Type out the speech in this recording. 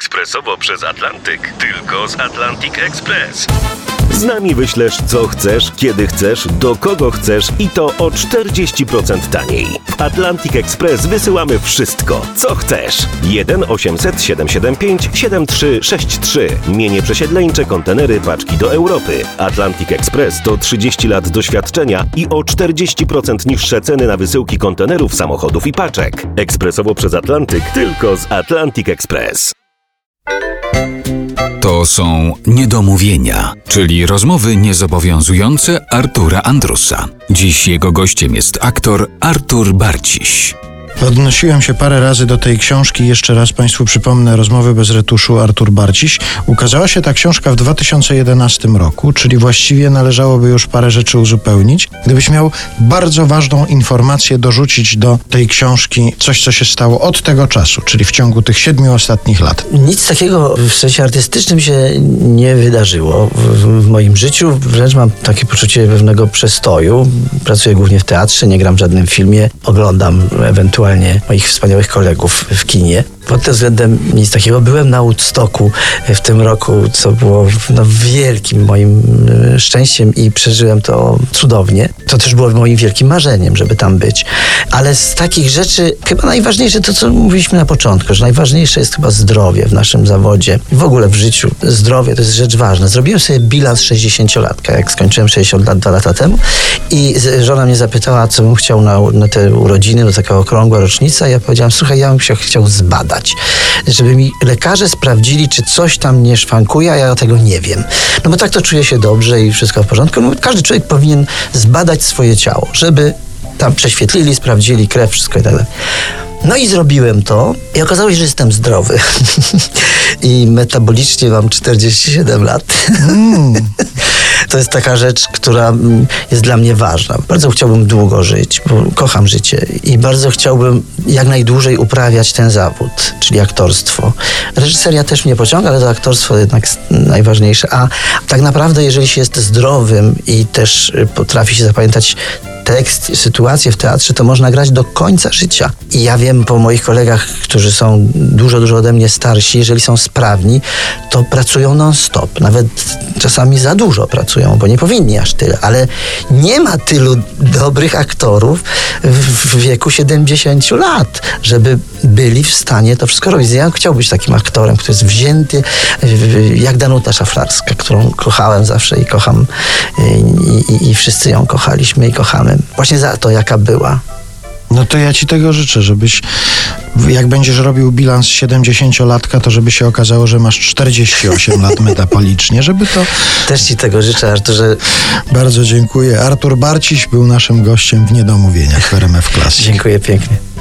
ekspresowo przez Atlantyk. Tylko z Atlantic Express. Z nami wyślesz co chcesz, kiedy chcesz, do kogo chcesz i to o 40% taniej. W Atlantic Express wysyłamy wszystko, co chcesz. 1 800 775 7363. Mienie przesiedleńcze, kontenery, paczki do Europy. Atlantic Express to 30 lat doświadczenia i o 40% niższe ceny na wysyłki kontenerów, samochodów i paczek. Ekspresowo przez Atlantyk, tylko z Atlantic Express. To są niedomówienia, czyli rozmowy niezobowiązujące Artura Andrusa. Dziś jego gościem jest aktor Artur Barciś. Odnosiłem się parę razy do tej książki. Jeszcze raz Państwu przypomnę, Rozmowy bez retuszu, Artur Barciś. Ukazała się ta książka w 2011 roku, czyli właściwie należałoby już parę rzeczy uzupełnić. Gdybyś miał bardzo ważną informację dorzucić do tej książki, coś co się stało od tego czasu, czyli w ciągu tych 7 ostatnich lat. Nic takiego w sensie artystycznym się nie wydarzyło w moim życiu. Wręcz mam takie poczucie pewnego przestoju. Pracuję głównie w teatrze, nie gram w żadnym filmie. Oglądam ewentualnie moich wspaniałych kolegów w kinie. Pod tym względem nic takiego. Byłem na Woodstocku w tym roku, co było wielkim moim szczęściem i przeżyłem to cudownie. To też było moim wielkim marzeniem, żeby tam być. Ale z takich rzeczy chyba najważniejsze to, co mówiliśmy na początku, że najważniejsze jest chyba zdrowie w naszym zawodzie i w ogóle w życiu. Zdrowie to jest rzecz ważna. Zrobiłem sobie bilans 60-latka, jak skończyłem 60 lat 2 lata temu i żona mnie zapytała, co bym chciał na te urodziny, do taka okrągła rocznica. Ja powiedziałem, słuchaj, ja bym się chciał zbadać. Żeby mi lekarze sprawdzili, czy coś tam nie szwankuje, a ja tego nie wiem. No bo tak to czuję się dobrze i wszystko w porządku. No, każdy człowiek powinien zbadać swoje ciało, żeby tam prześwietlili, sprawdzili krew, wszystko i tak dalej. No i zrobiłem to i okazało się, że jestem zdrowy. I metabolicznie mam 47 lat. To jest taka rzecz, która jest dla mnie ważna. Bardzo chciałbym długo żyć, bo kocham życie i bardzo chciałbym jak najdłużej uprawiać ten zawód, czyli aktorstwo. Reżyseria też mnie pociąga, ale to aktorstwo jednak jest najważniejsze. A tak naprawdę, jeżeli się jest zdrowym i też potrafi się zapamiętać tekst, sytuację w teatrze, to można grać do końca życia. I ja wiem po moich kolegach, którzy są dużo ode mnie starsi, jeżeli są sprawni, to pracują non-stop. Nawet czasami za dużo pracują, bo nie powinni aż tyle. Ale nie ma tylu dobrych aktorów w wieku 70 lat, żeby byli w stanie to wszystko robić. Ja chciałbym być takim aktorem, który jest wzięty jak Danuta Szaflarska, którą kochałem zawsze i kocham i wszyscy ją kochaliśmy i kochamy. Właśnie za to, jaka była. No to ja ci tego życzę, żebyś, jak będziesz robił bilans 70-latka, to żeby się okazało, że masz 48 lat metabolicznie, żeby to... Też ci tego życzę, Arturze. Bardzo dziękuję. Artur Barciś był naszym gościem w Niedomówieniach w RMF Classic. Dziękuję pięknie.